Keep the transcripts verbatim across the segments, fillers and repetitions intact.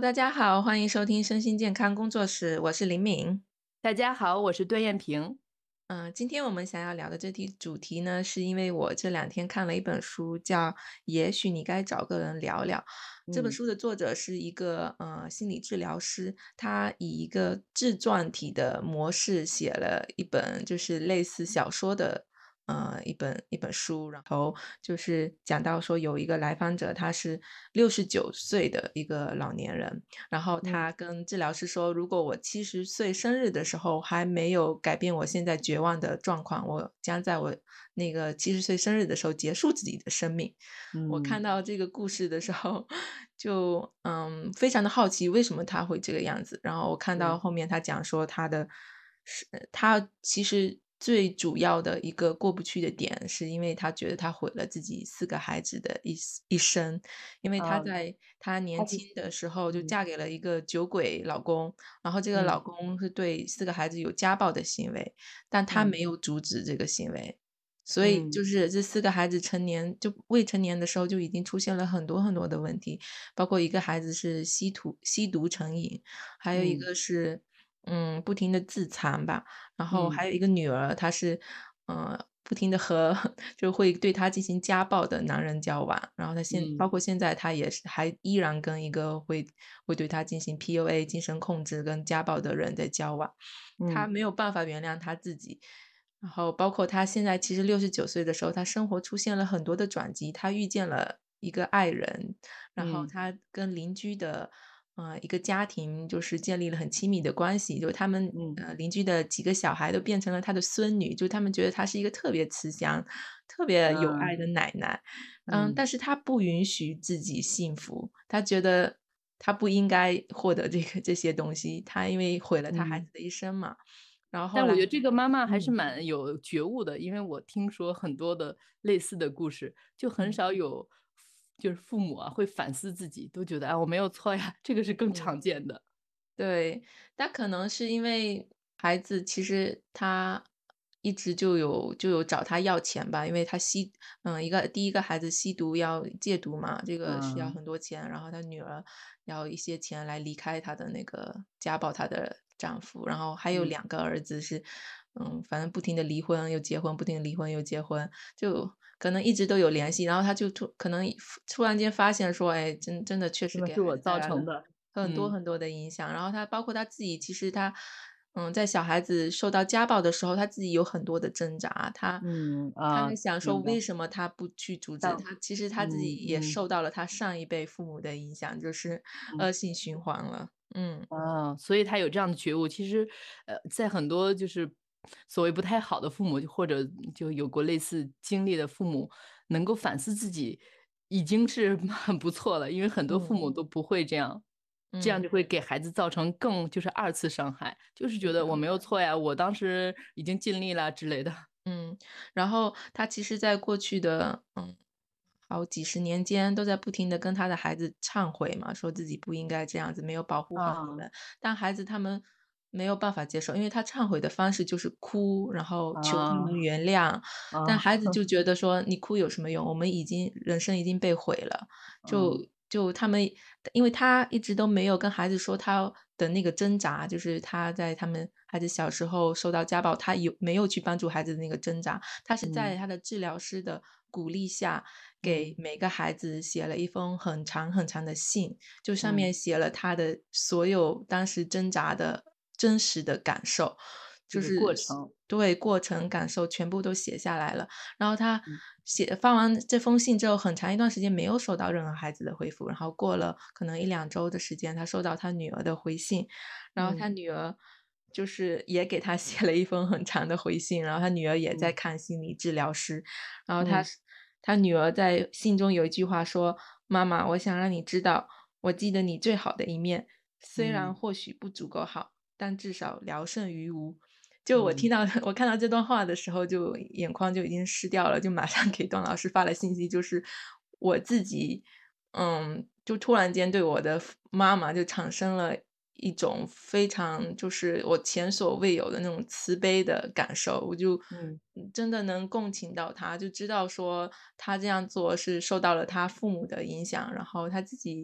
大家好，欢迎收听身心健康工作室，我是林敏。 大家好，我是段艳萍。 嗯，今天我们想要聊的这题主题呢，是因为我这两天看了一本书，叫《也许你该找个人聊聊》。这本嗯书的作者是一个呃心理治疗师，他以一个自传体的模式写了一本就是类似小说的呃一本一本书，然后就是讲到说有一个来访者，他是六十九岁的一个老年人，然后嗯他跟治疗师说，如果我七十岁生日的时候还没有改变我现在绝望的状况，我将在我那个七十岁生日的时候结束自己的生命。我看嗯到这个故事的时候，就嗯非常的好奇为什么他会这个样子。然后我看到对， 后面他讲说他的是他其实最主要的一个过不去的点，是因为他觉得他毁了自己四个孩子的一一生。因为她啊， 在她年他是轻的时候就嗯嫁给了一个酒鬼老公，然后这个老嗯公是对四个孩子有家暴的行为，但她嗯没有阻止这个行为。所以嗯就是这四个孩子成年就未成年的时候就已经出现了很多很多的问题，包括一个孩子是吸毒吸毒成瘾，还有一嗯个是，嗯，不停的自残吧，然后嗯还有一个女儿，她是，呃，不停的和就会对她进行家暴的男人交往，然后她现包嗯括现在她也是还依然跟一个会会对她进行 P U A 精神控制跟家暴的人在交往。她嗯没有办法原谅她自己，然后包括她现在其实六十九岁的时候，她生活出现了很多的转机，她遇见了一个爱人，然后嗯她跟邻居的呃，一个家庭就是建立了很亲密的关系，就他们嗯呃邻居的几个小孩都变成了他的孙女，就他们觉得她是一个特别慈祥、特别有爱啊的奶奶。嗯， 嗯但是她不允许自己幸福，她觉得她不应该获得这个这些东西，她因为毁了她孩子嗯。 的一生嘛。然后后来， 但我觉得这个妈妈还是嗯蛮有觉悟的，因为我听说很多的类似的故事，就很嗯少有就是父母啊会反思自己，都觉得啊我没有错呀，这个是更嗯。 常见的。 对，但可能是因为孩子其实他一直就有就有找他要钱吧，因为他吸嗯，一个第一个孩子吸毒要戒毒嘛，这个需要嗯很多钱，然后他女儿要一些钱来离开他的那个家暴她的丈夫，然后还有嗯两个儿子是，嗯，反正不停的离婚又结婚，不停的离婚又结婚，就可能一直都有联系，然后他就突可能突然间发现说，哎，真真的确这实给孩个是我造子带来了成的。嗯很多很多的影响。然后他包括他自己，其实他，嗯，在小孩子受到家暴的时候，他自己有很多的挣扎。他嗯啊， 他在想说， 明白。 为什么他不去阻止但他？其实他自己也嗯嗯受到了他上一辈父母的影响，就是嗯， 恶性循环了。嗯啊，所以他有这样的觉悟。其实，呃，在很多就是所谓不太好的父母，或者就有过类似经历的父母，能够反思自己，已经是很不错了。因为很多父嗯母都不会这样，这样嗯， 就会给孩子造成更就是二次伤害，就是是的。 觉得我没有错呀，我当时已经尽力了之类的。 嗯，然后他其实在过去的，嗯，好几十年间都在不停地跟他的孩子忏悔嘛，说自己不应该这样子，没有保护好你啊们。但孩子他们没有办法接受，因为他忏悔的方式就是哭，然后求他们啊原谅。但啊孩子就觉得说你哭有什么用？我们已经人生已经被毁了。 啊！ 就就他们因为他一直都没有跟孩子说他的那个挣扎，就是他在他们孩子小时候受到家暴，他有没有去帮助孩子的那个挣扎。他是在嗯他的治疗师的鼓励下，给嗯每个孩子写了一封很长很长的信，就上嗯， 面写了他的所有当时挣扎的真实的感受， 这个就是过程。 对，过程感受全部都写下来了。然后他嗯写发完这封信之后，很长一段时间没有收到任何孩子的回复，然后过了可能一两周的时间，他收到他女儿的回信，然后他嗯女儿就是也给他写了一封很长的回信，然后他女儿也在嗯看心理治疗师，然后他嗯他女儿在信中有一句话说：“妈妈，我想让你知道，我记得你最好的一面，虽然嗯或许不足够好，但至少聊胜于无。”就我听嗯。 到我看到这段话的时候，就眼眶就已经湿掉了，就马上给段老师发了信息，就是我自己，嗯，就突然间对我的父妈妈就产生了一种非常就是我前所未有的那种慈悲的感受，我就嗯嗯真的能共情到他，就知道说他这样做是受到了他父母的影响，然后他自己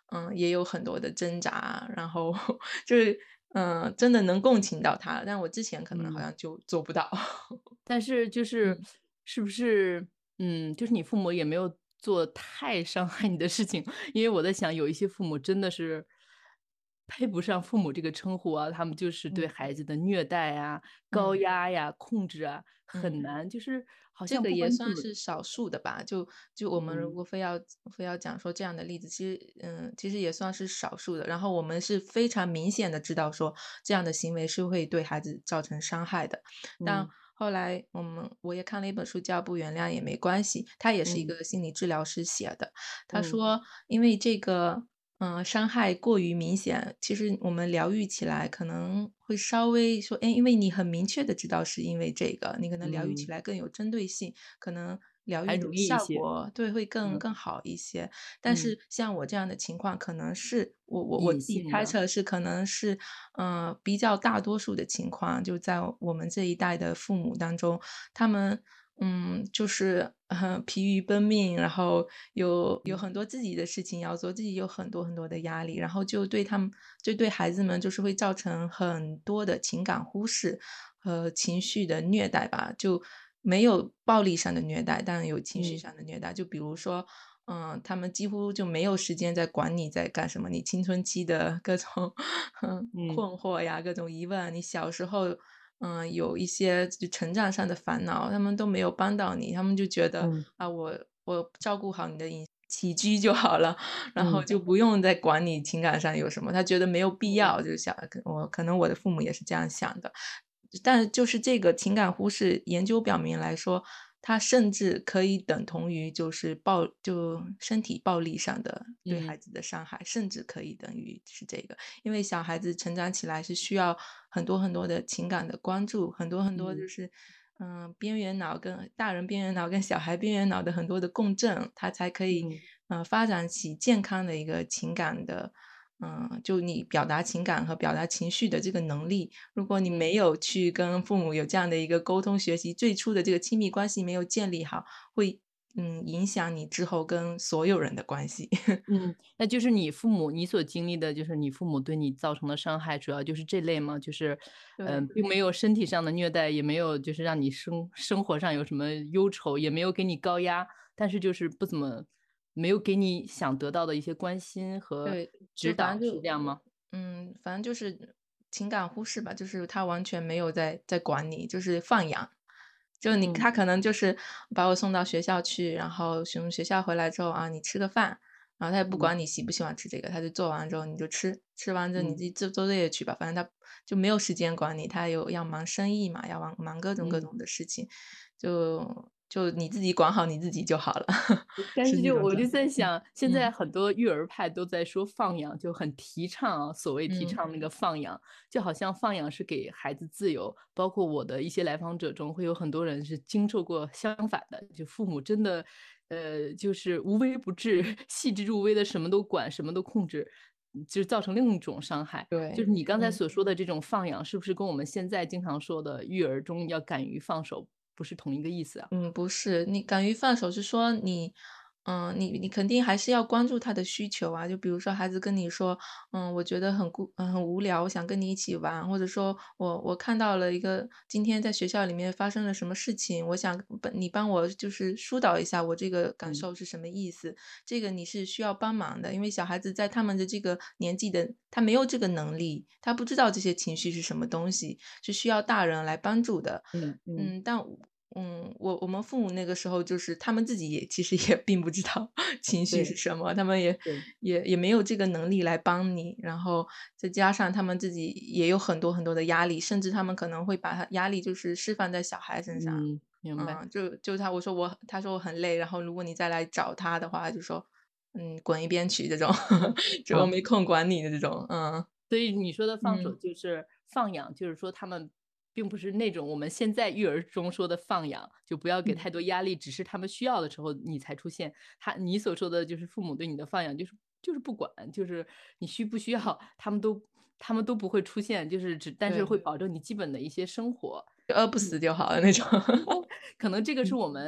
嗯，也有很多的挣扎，然后就是嗯，真的能共情到他，但我之前可能好嗯。 像就做不到。 但是就是嗯。 是不是嗯，就是你父母也没有做太伤害你的事情。因为我在想有一些父母真的是配不上父母这个称呼啊，他们就是对嗯。 孩子的虐待啊、高嗯。 压呀、控制啊， 嗯。 很难就是好像这个也不管你怎么算是少数的吧，就就我们如嗯。 果非要非要讲说这样的例子，其实嗯，其实也算是少数的。然后我们是非常明显地知道说，这样的行为是会对孩子造成伤害的。但嗯。 后来我们我也看了一本书叫《不原谅也没关系》，他也是一嗯。 个心理治疗师写的。他嗯。 说因为这个，呃，伤害过于明显，其实我们疗愈起来可能会稍微说诶，因为你很明确地知道是因为这个，你可能疗愈起嗯。 来更有针对性，可能疗还愈的效容易一些。 果对，会更嗯。 更好一些。但嗯。 是像我这样的情况，可能是我我我隐自己性的。 猜测是可能是，呃，比较大多数的情况，就在我们这一代的父母当中，他们，嗯，就是，呃，疲于奔命，然后有有嗯。 很多自己的事情要做，自己有很多很多的压力，然后就对他们就对孩子们就是会造成很多的情感忽视和情绪的虐待吧。就没有暴力上的虐待，但有情绪嗯。 上的虐待。就比如说，嗯，他们几乎就没有时间在管你在干什么，你青春期的各种嗯。 困惑呀，各种疑问，你小时候，嗯，有一些就成长上的烦恼，他们都没有帮到你。他们就觉得， 嗯。 啊，我我照顾好你的饮起居就好了，然后嗯。 就不用再管你情感上有什么，他觉得没有必嗯。 要，就是想我可能我的父母也是这样想的。但就是这个情感忽视，研究表明来说，它甚至可以等同于就是暴就身体暴力上的对孩嗯。 子的伤害，甚至可以等于是这个。因为小孩子成长起来是需要很多很多的情感的关注，很多很多嗯。 就是，嗯，边缘脑跟大人边缘脑跟小孩边缘脑的很多的共振，他才可以， 嗯。 呃，发展起健康的一个情感的嗯，就你表达情感和表达情绪的这个能力。如果你嗯。 没有去跟父母有这样的一个沟通学习，最初的这个亲密关系没有建立好，会，嗯，影响你之后跟所有人的关系。 嗯，那就是你父母你所经历的就是你父母对你造成的伤害，主要就是这类吗？就是，呃， 对。 并没有身体上的虐待，也没有就是让你生生活上有什么忧愁，也没有给你高压，但是就是不怎么没有给你想得到的一些关心和对，就指导， 反正就是这样吗？ 嗯，反正就是情感忽视吧，就是他完全没有在在管你，就是放养。就你嗯。 他可能就是把我送到学校去，然后从学校回来之后，啊，你吃个饭，然后他也不嗯。 管你喜不喜欢吃这个，他就做完之后你就吃，吃完之后你自嗯。 己做做作业去吧，反正他就没有时间管你，他有要忙生意嘛，要忙忙各种各嗯。 种的事情，就就你自己管好你自己就好了， 但是是就我就这种状态，嗯， 在想，现在嗯。 很多育儿派都在说放养，就很提倡啊，所谓提嗯。 倡那个放养，就好像放养是给孩子自由。包括我的一些来访者中，会有很多人是经受过相反的，就父母真的，呃，就是无微不至，细致入微地什么都管，什么都控制，就造成另一种伤害。就对， 是你刚才嗯。 所说的这种放养，是不是跟我们现在经常说的育儿中要敢于放手，不是同一个意思啊？ 嗯，不是，你敢于放手是说你嗯，你你肯定还是要关注他的需求啊。就比如说孩子跟你说，嗯，我觉得很孤很无聊，我想跟你一起玩，或者说我我看到了一个今天在学校里面发生了什么事情，我想帮你帮我就是疏导一下我这个感嗯。 受是什么意思，这个你是需要帮忙的。因为小孩子在他们的这个年纪的他没有这个能力，他不知道这些情绪是什么东西，是需要大人来帮助的。 嗯，嗯。 嗯，但嗯，我我们父母那个时候就是他们自己也其实也并不知道情绪是对， 什么，他们也对。 也也没有这个能力来帮你，然后再加上他们自己也有很多很多的压力，甚至他们可能会把他压力就是释放在小孩身上。 嗯，明白。 嗯，就就他我说我他说我很累，然后如果你再来找他的话，就说，嗯，滚一边去这种，就我啊。 没空管你的这种，嗯。 所以你说的放手嗯。 就是放养，就是说他们并不是那种我们现在育儿中说的放养，就不要给嗯。 太多压力，只是他们需要的时候你才出现。他你所说的就是父母对你的放养，就是就是不管，就是你需不需要，他们都他们都不会出现，就是只但是对。 会保证你基本的一些生活。 饿不死就好了那种。 可能这个是嗯。 我们，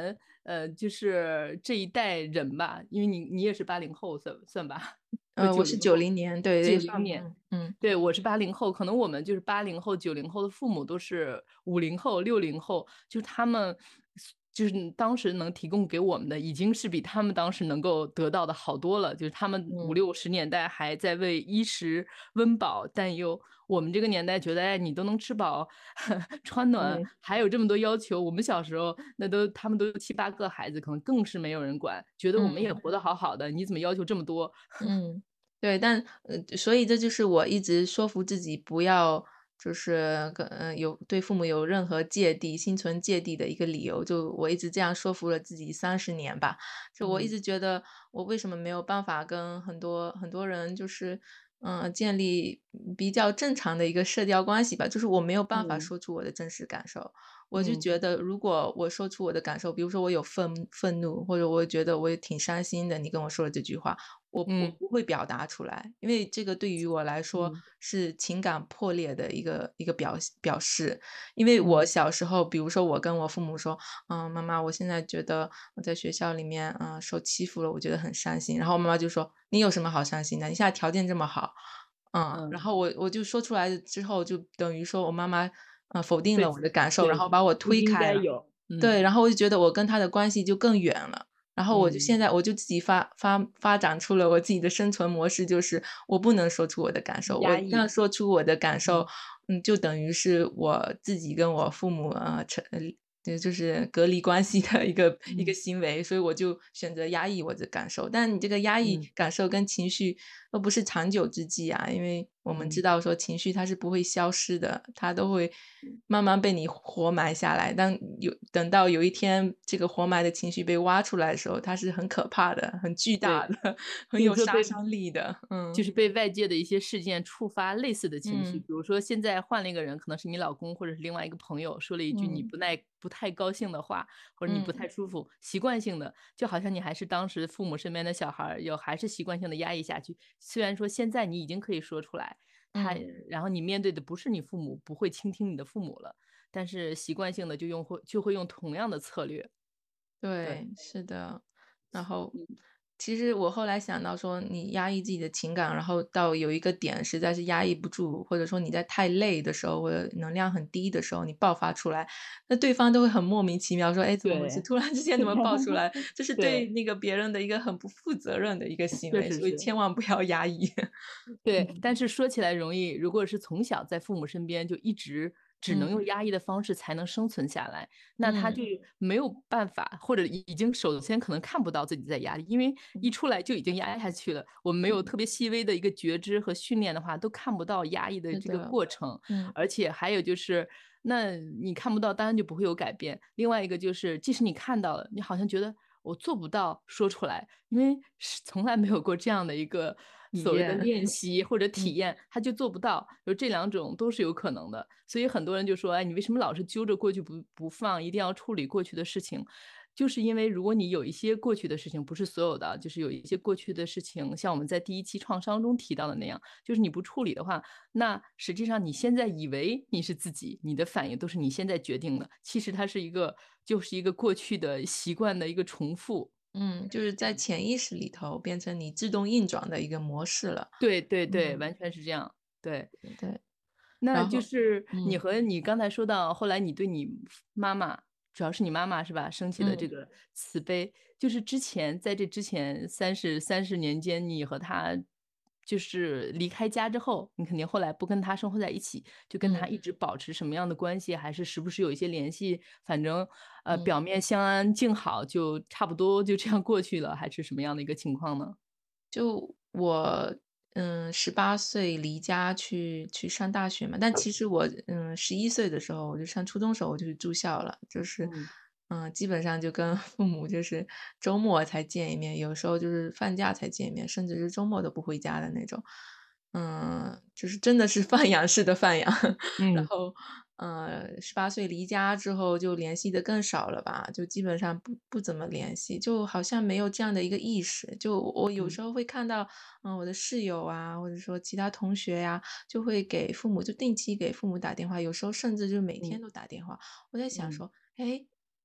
呃，就是这一代人吧，因为你你也是八零后算算吧，或呃，我是九零后， 九零年，对，也九零年。 算嗯，嗯。 对，我是八零后，可能我们就是八零后、九零后的父母都是五零后、六零后，就他们就是当时能提供给我们的，已经是比他们当时能够得到的好多了。就是他们五嗯。 六十年代还在为衣食温饱担忧，我们这个年代觉得，哎，你都能吃饱穿暖， 对。 还有这么多要求。我们小时候那都他们都七八个孩子，可能更是没有人管，觉得我们也嗯。 活得好好的，你怎么要求这么多？ 嗯，对，但呃，所以这就是我一直说服自己不要就是跟呃，有对父母有任何芥蒂心存芥蒂的一个理由，就我一直这样说服了自己三十年吧。就我一嗯。 直觉得我为什么没有办法跟很多很多人就是，呃，建立比较正常的一个社交关系吧，就是我没有办法嗯。 说出我的真实感受。我就嗯。 觉得如果我说出我的感受，比如说我有愤愤怒，或者我觉得我也挺伤心的，你跟我说了这句话，我我嗯。 不会表达出来。因为这个对于我来说嗯。 是情感破裂的一个一个表现表示。因为我嗯。 小时候，比如说我跟我父母说：“嗯，妈妈，我现在觉得我在学校里面，呃，受欺负了，我觉得很伤心。”然后我妈妈就说：“你有什么好伤心的？你现在条件这么好。”嗯，然嗯。 后我我就说出来之后，就等于说我妈妈，呃，否定了我对自的感受，然对， 后把我不应推开了。 该有，嗯。 对，然后我就觉得我跟她的关系就更远了。然后我就现嗯。 在我就自己发发发展出了我自己的生存模式，就是我不能说出我的感受，我压抑。 这样说出我的感受， 嗯。 嗯，就等于是我自己跟我父母，呃，成对，就是隔离关系的一个一个嗯。 行为，所以我就选择压抑我的感受。但你这个压抑嗯。 感受跟情绪都不是长久之计啊，因为我们知嗯。 道说情绪它是不会消失的，它都会嗯。 慢慢被你活埋下来。当有等到有一天这个活埋的情绪被挖出来的时候，它是很可怕的，很巨大对， 的，很有杀就是说被伤力的，嗯。 就是被外界的一些事件触发类似的情绪。 嗯。 比如说现在换了一个人，可能是你老公或者是另外一个朋友，说了一句你嗯。 不耐不太高兴的话，或者你不嗯。 太舒服，习惯性地就好像你还是当时父母身边的小孩儿，有还是习惯性地压抑下去。虽然说现在你已经可以说出来，他嗯。 然后你面对的不是你父母，不会倾听你的父母了，但是习惯性地就用会就会用同样的策略。对。 对，是的。然后嗯。 其实我后来想到说你压抑自己的情感，然后到有一个点实在是压抑不住，或者说你在太累的时候，或者能量很低的时候，你爆发出来，那对方都会很莫名其妙说：“哎，怎么回事？ 对。 突然之间怎么爆出来？”这是对对。 那个别人的一个很不负责任的一个行为，所以确实是。 千万不要压抑。 对， 嗯。 但是说起来容易，如果是从小在父母身边就一直只能嗯。 用压抑的方式才能生存下来，那他就嗯。 没有办法，或者已已经首先可能看不到自己在压力，因为嗯。 一出来就已经压下去了。我们没有嗯。 特别细微的一个觉知和训练的话，都看不到压抑的这个是的， 过程。 嗯。 而且还有就是，那你看不到，当然就不会有改变。另外一个就是，即使你看到了，你好像觉得我做不到说出来，因为是从来没有过这样的一个所谓的体验， 练习或者嗯。 体验，他就做不到，就这两种都是有可能的。所以很多人就说：“哎，你为什么老是揪着过去不不放，一定要处理过去的事情。”就是因为如果你有一些过去的事情，不是所有的，就是有一些过去的事情，像我们在第一期创伤中提到的那样，就是你不处理的话，那实际上你现在以为你是自己，你的反应都是你现在决定的，其实它是一个就是一个过去的习惯的一个重复。 嗯，就是在潜意识里头变成你自动运转的一个模式了。 对对对， 嗯。 完全是这样，对。 对， 那然后就是你嗯。 和你刚才说到后来你对你父妈妈主要是你妈妈是吧，升起的这嗯。 个慈悲，就是之前在这之前三十三十年间，你和她就是离开家之后，你肯定后来不跟她生活在一起，就跟她嗯。 一直保持什么样的关系？还是时不时有一些联系，反正，呃， 嗯。 表面相安静好，就差不多就这样过去了，还是什么样的一个情况呢？ 就我，嗯，十八岁离家去去上大学嘛，但其实我，嗯，十一岁的时候，我就上初中时候我就去住校了。就是， 嗯。 嗯，基本上就跟父母就是周末才见一面，有时候就是放假才见一面，甚至是周末都不回家的那种。嗯，就是真的是放养式的放养。然嗯。 后，呃，十八岁离家之后就联系得更少了吧，就基本上不不怎么联系，就好像没有这样的一个意识。就我有嗯。 时候会看到，嗯，我的室友啊，或者说其他同学呀，就会给父母就定期给父母打电话，有时候甚至就每天嗯。 都打电话。我在想嗯。 说，诶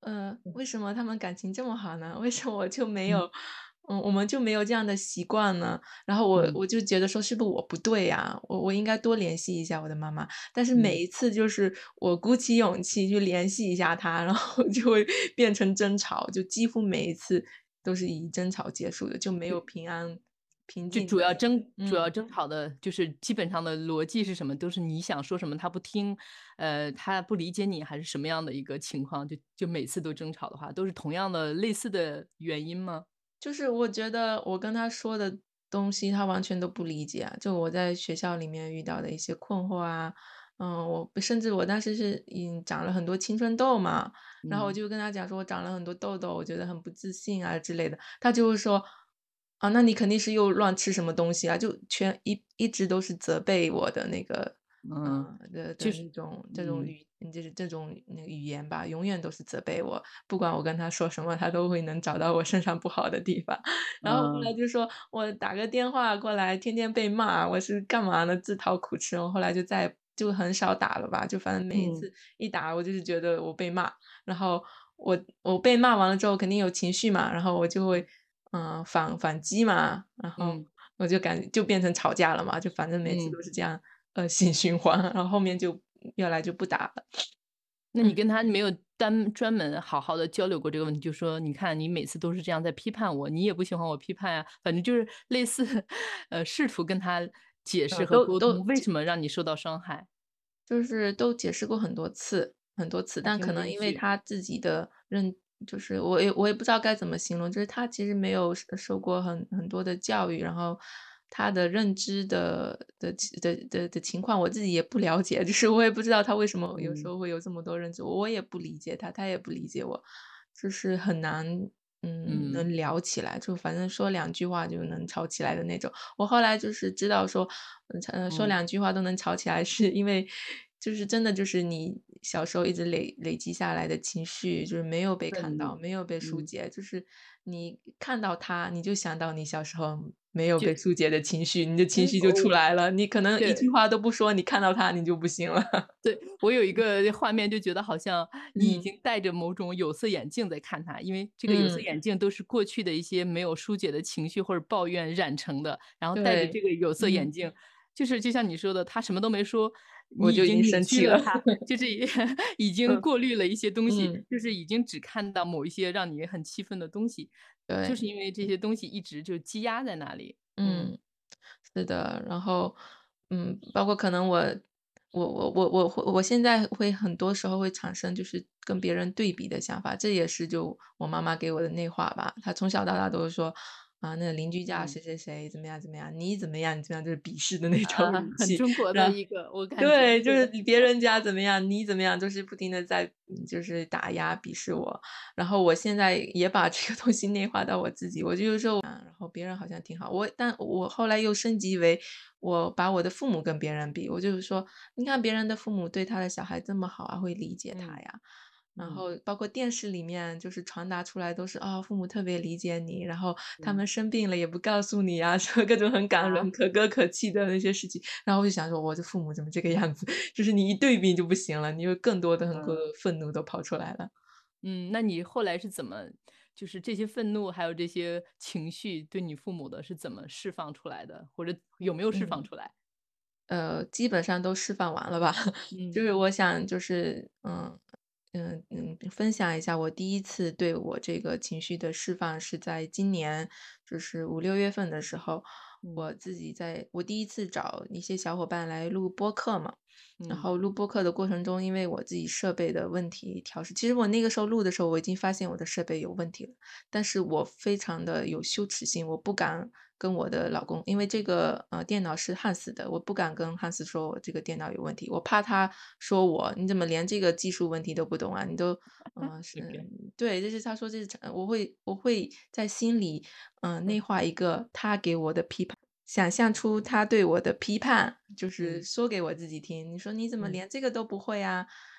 呃，为什么他们感情这么好呢？为什么我就没嗯。 有嗯，我们就没有这样的习惯呢？然后我嗯。 我就觉得说是不是我不对呀，我我应该多联系一下我的妈妈。但是每嗯。 一次就是我鼓起勇气去联系一下她，然后就会变成争吵，就几乎每一次都是以争吵结束的，就没有就平安平就主静的要争主要嗯。 争吵的就是基本上的逻辑是什么？都是你想说什么他不听，呃，他不理解你，还是什么样的一个情况？就就每次都争吵的话，都是同样的类似的原因吗？ 就是我觉得我跟他说的东西，他完全都不理解啊。就我在学校里面遇到的一些困惑啊，嗯，我甚至我当时是，嗯，长了很多青春痘嘛，然后我嗯。 就跟他讲说我长了很多痘痘，我觉得很不自信啊之类的。他就会说：“啊，那你肯定是又乱吃什么东西啊。”就全一一直都是责备我的那个， 嗯， 呃，的的就是那种这种嗯。 语就是这种那个语言吧，永远都是责备我。不管我跟他说什么，他都会能找到我身上不好的地方。然后后来嗯。 就说我打个电话过来，天天被骂，我是干嘛呢？自讨苦吃。我后来就再也就很少打了吧，就反正每一嗯。 次一打，我就是觉得我被骂。然后我我被骂完了之后肯定有情绪嘛，然后我就会，呃，反反击嘛，然后嗯。 我就感就变成吵架了嘛，就反正每次嗯。 都是这样恶性循环，然后后面就越来就不打了。 那你嗯。 跟他没有单专门好好地交流过这个问题，就说：“你看你每次都是这样在批判我，你也不喜欢我批判呀。”反正就是类似，呃，试图跟他解释呃， 和都都沟通，为解什么让你受到伤害。 就是都解释过很多次很多次， 他就但可能因为没理解。 他自己的认就是我也我也不知道该怎么形容，就是他其实没有受受过很很多的教育，然后他的认知的的情的的的情况我自己也不了解，就是我也不知道他为什么有时嗯。 候会有这么多认知，我也不理解他，他也不理解我。就是很难，嗯， 嗯。 能聊起来，就反正说两句话就能吵起来的那种。我后来就是知道说，呃，说嗯。 两句话都能吵起来，是因为就是真的就是你小时候一直累累积下来的情绪，就是没有被看到， 愤怒， 没有被疏嗯。 解。就是你看到他，你就想到你小时候没有被就疏解的情绪，你的情嗯， 绪就出哦， 来了，你可能一句对。 话都不说，你看到他你就不行了。 对，我有一个画面就觉得好像你已嗯。 经戴着某种有色眼镜在看他，因为这个有色嗯。 眼镜都是过去的一些没有疏解的情绪或者抱怨染成的，然后戴着对， 这个有色眼嗯。 镜，就是就像你说的，他什么都没说， 我就已经你已经扭生气了。 曲了他，就是已经嗯， 过滤了一些东西， 嗯。 就是已经只看到某一些让你很气愤的东西，就是对。 因为这些东西一直就积压在那里，嗯。 嗯，是的。然后，嗯，包括可能我我我我我会我现在会很多时候会产生就是跟别人对比的想法，这也是就我妈妈给我的内化吧。她从小到大都是说，啊，那个邻居家嗯。 谁谁谁怎么样怎么样，你怎么样你怎么样，就是鄙视的那种啊， 语气。 很中国的然一个我感觉， 对，就是对。 你别人家怎么样，你怎么样，都是不停地在就是打压鄙视我。然后我现在也把这个东西内化到我自己，我就说然后别人好像挺好，我但我后来又升级为我把我的父母跟别人比，我就是说，你看别人的父母对他的小孩这么好啊，会理解他嗯， 呀。然嗯。 后包括电视里面就是传达出来都是，啊，父母特别理解你，然后他嗯。 们生病了也不告诉你啊，说各种很感人、 啊。 可歌可泣的那些事情。然后我就想说我的父母怎么这个样子，就是你一对比就不行了，你有更多的很多的嗯。 愤怒都跑出来了。 嗯，那你后来是怎么就是这些愤怒，还有这些情绪对你父母的是怎么释放出来的？或者有没有释放嗯。 出来？ 呃，基本上都释放完了吧。就嗯。 是我想就是，嗯，嗯嗯，分享一下我第一次对我这个情绪的释放是在今年就是五六月份的时候， 嗯。 我自己在我第一次找一些小伙伴来录播客嘛。然嗯。 后录播客的过程中，因为我自己设备的问题调试其实我那个时候录的时候，我已经发现我的设备有问题了，但是我非常地有羞耻心，我不敢跟我的老公因为这个，呃，电脑是 Hans 的，我不敢跟 Hans 说我这个电脑有问题，我怕他说我：“你怎么连这个技术问题都不懂啊？你都呃，是” OK。 对，就是他说这是成我会我会在心里，呃，内化一个他给我的批判，想象出他对我的批判，就是嗯。 说给我自己听，你说：“你怎么嗯。 连这个都不会啊？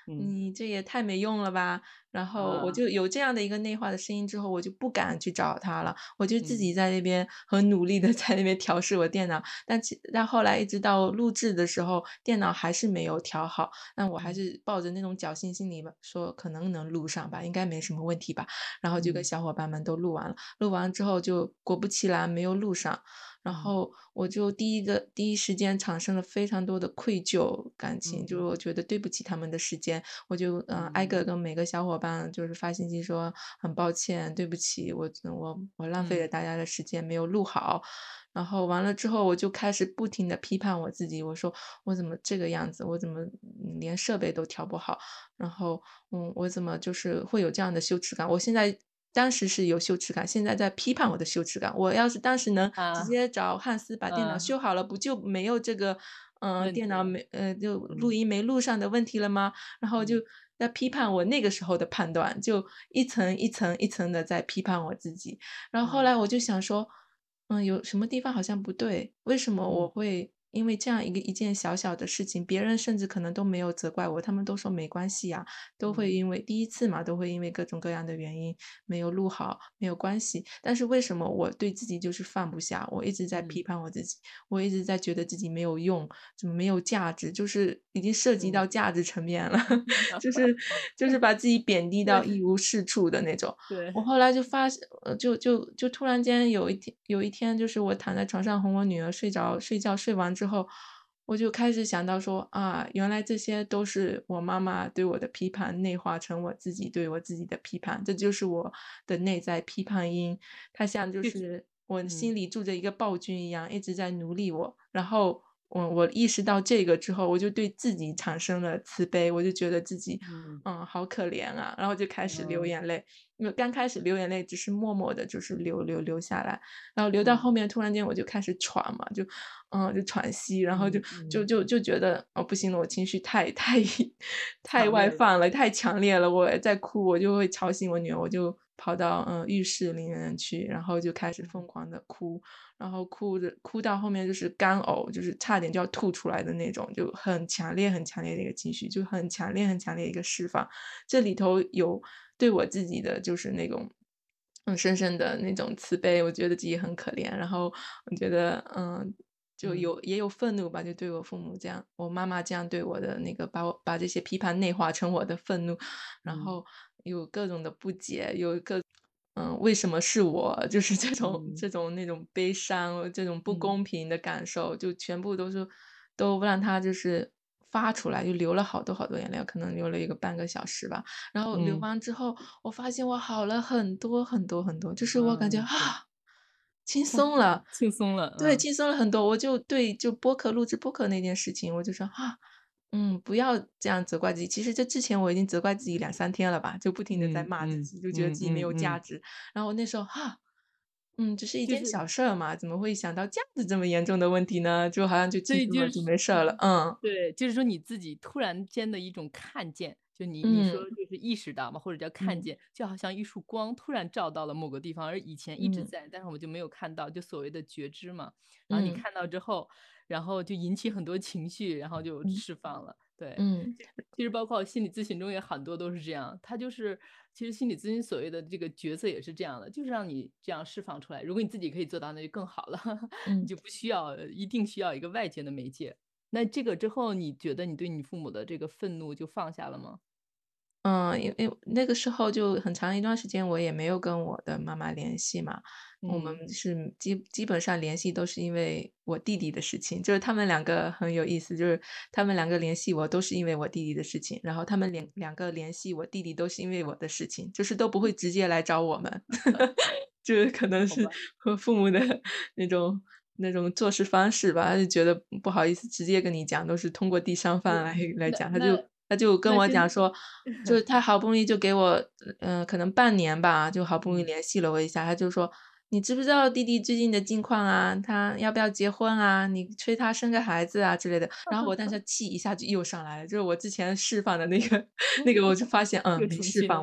嗯你这也太没用了吧。然后我啊， 就有这样的一个内化的声音之后，我就不敢去找他了，我就自嗯己在那边很努力的在那边调试我电脑，但其但后来一直到录制的时候，电脑还是没有调好，那我还嗯是抱着那种侥幸心理吧，说可能能录上吧，应该没什么问题吧。然后就跟嗯小伙伴们都录完了，录完之后就果不其然没有录上，然嗯后我就第一个第一时间产生了非常多的愧疚感情，就是嗯我觉得对不起他们的时间，我就嗯、呃挨个嗯跟每个小伙伴就是发信息说很抱歉，对不起，我我我浪费了嗯大家的时间没有录好。然后完了之后，我就开始不停的批判我自己，我说我怎么这个样子，我怎么嗯连设备都调不好，然后嗯，我怎么就是会有这样的羞耻感？我现在当时是有羞耻感，现在在批判我的羞耻感。我要是当时能直啊接找汉斯把电脑嗯， 修好了，不就没有这个，呃，电脑问题了， 没呃，就录嗯音没录上的问题了吗？然后就嗯在批判我那个时候的判断，就一层一层一层的在批判我自己。然后后嗯来我就想说，嗯，有什么地方好像不对，为什么我嗯会因为这样一个一件小小的事情，别人甚至可能都没有责怪我，他们都说没关系呀，都会嗯因为第一次嘛，都会因为各种各样的原因没有录好，没有关系。但是为什么我对自己就是放不下，我一直在批嗯判我自己，我一直在觉得自己没有用，怎么没有价值，就是已经涉及到嗯， 价值层面了，就是就是把自己贬低到一对无是处的那种。我对， 后来就发现呃，就就就突然间有一天有一天，就是我躺在床上哄我女儿睡着睡觉，睡完之后，我就开始想到说，啊，原来这些都是我妈妈对我的批判，内化成我自己对我自己的批判，这就是我的内在批判音。它像就就是是我心嗯里住着一个暴君一样，一直在奴隶我。然后我我意识到这个之后，我就对自己产生了慈悲，我就觉得自己， 嗯嗯，好可怜啊，然后就开始流嗯眼泪。因为刚开始流眼泪只是默默的，就是流流流下来，然后流到后嗯面突然间我就开始喘嘛，就嗯，就喘息，然后就嗯嗯， 就就就觉得，哦，不行了，我情绪太太太强烈了， 外放了，太强烈了，我再哭我就会吵醒我女儿，我就跑到，嗯，浴室里面去，然后就开始疯嗯狂的哭，然后哭着哭到后面就是干呕，就是差点就要吐出来的那种，就很强烈很强烈的一个情绪，就很强烈很强烈的一个释放。这里头有对我自己的就是那种，嗯，深深的那种慈悲，我觉得自己很可怜，然后我觉得，嗯，就嗯有也有愤怒吧，就对我父母这样，我妈妈这样对我的那个，把我把这些批判内化成我的愤怒，然嗯后有各种的不解，有各嗯，为什么是我？就是这种嗯这种那种悲伤，这种不嗯公平的感受，就全部都是都让他就是发出来，就流了好多好多眼泪，可能流了一个半个小时吧。然后流嗯完之后，我发现我好了很多很多很多，就是我感觉， 嗯，对， 啊，轻松了。 轻松了， 对， 嗯轻松了很多。我就对就播客录制播客那件事情，我就说，啊，嗯，不要这样责怪自己。其实这之前我已经责怪自己两三天了吧，就不停的在嗯嗯骂自己，就觉得自嗯己没有价嗯嗯， 值。然后我那时候，哈，嗯，只是一就是件小事儿嘛，怎么会想到这样子这么严重的问题呢？就好像就所轻松了，就以就是没事儿了。嗯， 对，就是说你自己突然间的一种看见，就你你说嗯， 就是意识到嘛，或者叫看嗯， 见，就好像一束光突然照到了某个地方，而以前一直嗯， 在，但是我们就没有看到，就所谓的觉知嘛。然后你嗯， 看到之后，然后就引起很多情绪，然后就嗯， 释放了。对， 嗯， 其其实包括心理咨询中也很多都是这样，它就是其实心理咨询所谓的这个角色也是这样的，就是让你这样释放出来。如果你自己可以做到，那就更好了，你嗯。 就不需要一定需要一个外界的媒介。那这个之后，你觉得你对你父母的这个愤怒就放下了吗？ 嗯，因为那个时候就很长一段时间，我也没有跟我的妈妈联系嘛。我们嗯， 是基基本上联系都是因为我弟弟的事情，就是他们两个很有意思，就是他们两个联系我都是因为我弟弟的事情，然后他们两两个联系我弟弟都是因为我的事情，就是都不会直接来找我们。就是可能是好吧， 和父母的那种那种做事方式吧，他就觉得不好意思直接跟你讲，都是通过递商那贩来来讲，他就那那他就跟那现我讲说，就是他好不容易就给我，呃，可能半年吧，就好不容易嗯， 联系了我一下，他就说：“你知不知道弟弟最近的近况啊？他要不要结婚啊？你催他生个孩子啊之类的。”然后我当时气一下就又上来了，就是我之前释放的那个那个我就发现，嗯， 又重没释新来了。 放完。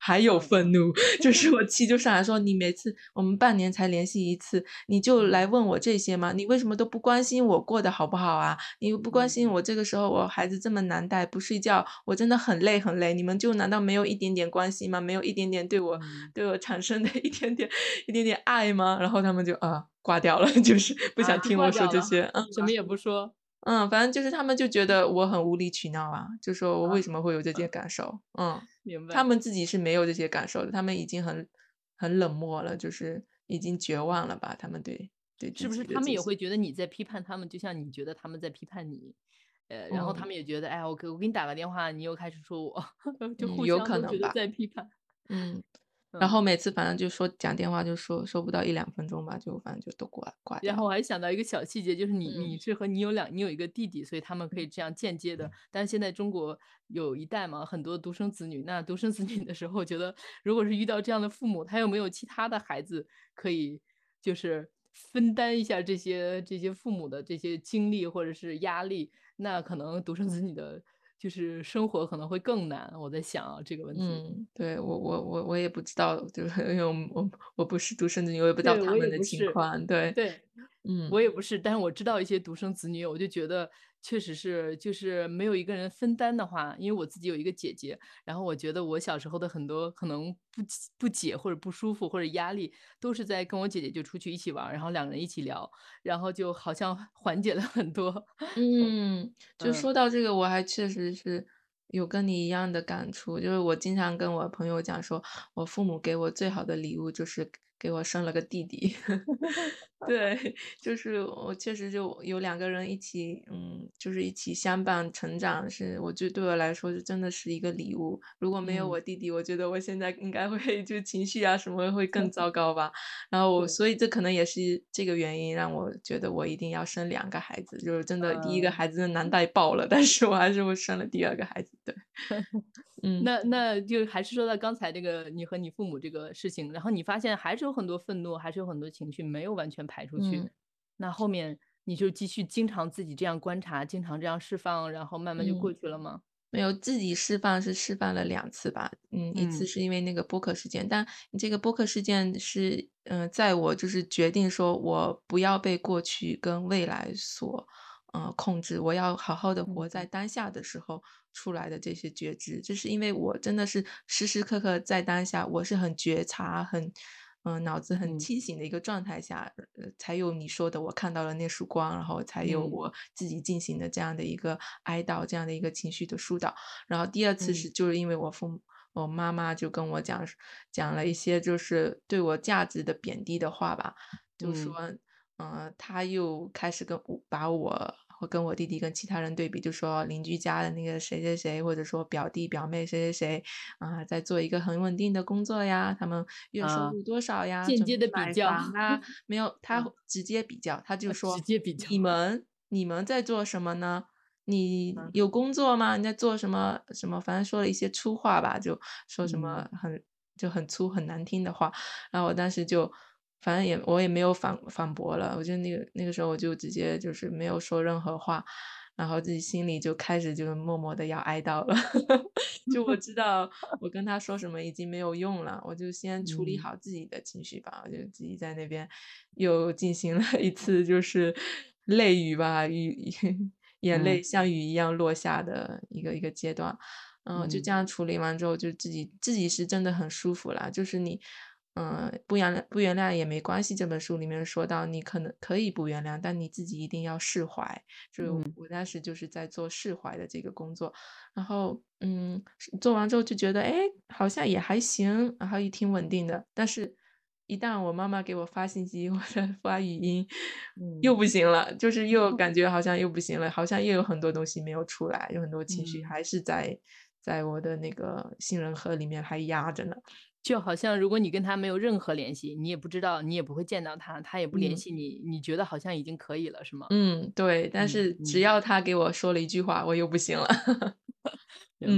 还有嗯嗯愤怒，就是我气就上来说：“你每次我们半年才联系一次，你就来嗯问我这些吗？你为什么都不关心我过得好不好啊？你又不关心嗯我这个时候我孩子这么难带，不睡觉，我真的很累很累，你们就难道没有一点点关心吗？没有一点点对我嗯， 对我产生的一点点一点点爱吗？”然后他们就，啊，挂掉了，就是不啊，就想听我挂掉了， 说这些，嗯。 什么也不说。 嗯，反正就是他们就觉得我很无理取闹啊，就说我为啊， 什么会有这些感受，嗯。 明白。 他们自己是没有这些感受的，他们已经很很冷漠了，就是已经绝望了吧，他们对对自是不是己的这些， 他们也会觉得你在批判他们，就像你觉得他们在批判你？呃，然后他嗯， 们也觉得，哎呀，我给我给你打个电话，你又开始说我，就嗯， 互有相都觉得可能吧， 在批判。 嗯。然后嗯。 每次反正就说讲电话就说说不到一两分钟吧，就反正就都挂挂掉了， 然后我还想到一个小细节，就是你你嗯， 是和你有两你有一个弟弟，所以他们可以这样间接的。但是现在中国有一代嘛，很多独生子女，那独生子女的时候，我觉得如果是遇到这样的父母，他有没有其他的孩子可以就是分担一下这些这些父母的这些经历或者是压力，那可能独生子女的就是生活可能会更难，我在想啊，这个问题。 嗯，对，我我我我也不知道，就是因为我我我不是独生子女，我也不知道对，我也他们的不是。 情况，对， 对， 嗯。 我也不是，但是我知道一些独生子女，我就觉得确实是，就是没有一个人分担的话，因为我自己有一个姐姐，然后我觉得我小时候的很多可能不解不解或者不舒服或者压力，都是在跟我姐姐就出去一起玩儿，然后两个人一起聊，然后就好像缓解了很多。 嗯，就嗯说到这个，我还确实是有跟你一样的感触。就是我经常跟我朋友讲说，我父母给我最好的礼物就是给我生了个弟弟。对，就是我确实就有两个人一起，嗯，就是一起相伴成长，是我觉得对我来说是真的是一个礼物。如果没有嗯， 我弟弟，我觉得我现在应该会就情绪啊什么会更糟糕吧。然后我对， 所以这可能也是这个原因，让我觉得我一定要生两个孩子，就是真的第一个嗯。 孩子难带爆了，但是我还是会生了第二个孩子，对，嗯， 那那就还是说到刚才这个你和你父母这个事情，然后你发现还是有很多愤怒，还是有很多情绪没有完全排出去。 嗯， 那后面你就继续经常自己这样观察，经常这样释放，然后慢慢就过嗯。 去了吗？ 没有，自己释放是释放了两次吧。嗯，一次嗯， 是因为那个播客事件，但这个播客事件是，嗯，在我就是决定说我不要被过去跟未来所，呃，控制，我要好好的活在嗯， 当下的时候出来的这些觉知。就是因为我真的是时时刻刻在当下，我是很觉察，很嗯，脑子很嗯， 清醒的一个状态下，呃，才有你说的我看到了那束光，然后才有嗯， 我自己进行的这样的一个哀悼，这样的一个情绪的疏导。然后第二次嗯， 是就是因为我父母我妈妈就跟我讲讲了一些就是对我价值的贬低的话吧，就说， 嗯， 嗯，她又开始跟我把我和跟我弟弟跟其他人对比，就说邻居家的那个谁谁谁，或者说表弟表妹谁谁谁，啊，在做一个很稳定的工作呀，他们月收啊， 入多少呀，准备间接的比买较。 房啊，没有，他嗯， 直接比较，他就啊，直说： 接比较。 “你们你们在做什么呢？你嗯， 有工作吗？你在做什么什么？”反正说了一些粗话吧，就说什么嗯， 很就很粗很难听的话。然后我当时就反正也我也没有反反驳了，我就那个那个时候我就直接就是没有说任何话，然后自己心里就开始就默默的要哀悼了。就我知道我跟他说什么已经没有用了，我就先处理嗯， 好自己的情绪吧，我就自己在那边又进行了一次就是泪雨吧，雨眼泪嗯， 像雨一样落下的一个一个阶段。嗯，就嗯， 这样处理完之后，就自己自己是真的很舒服啦。就是你，嗯，不原谅不原谅也没关系。这本书里面说到，你可能可以不原谅，但你自己一定要释怀。就是嗯， 我当时就是在做释怀的这个工作，然后，嗯，做完之后就觉得，哎，好像也还行，然后也挺稳定的。但是，一旦我妈妈给我发信息或者发语音，又嗯， 不行了，就是又感觉好像又不行了，好像又有很多东西没有出来，有很多情绪嗯。 还是在在我的那个杏仁核里面还压着呢。 就好像如果你跟他没有任何联系，你也不知道，你也不会见到他，他也不联嗯。 系你，你觉得好像已经可以了，是吗？ 嗯，对，但是只嗯嗯， 要他给我说了一句话，我又不行了。 明白。 嗯，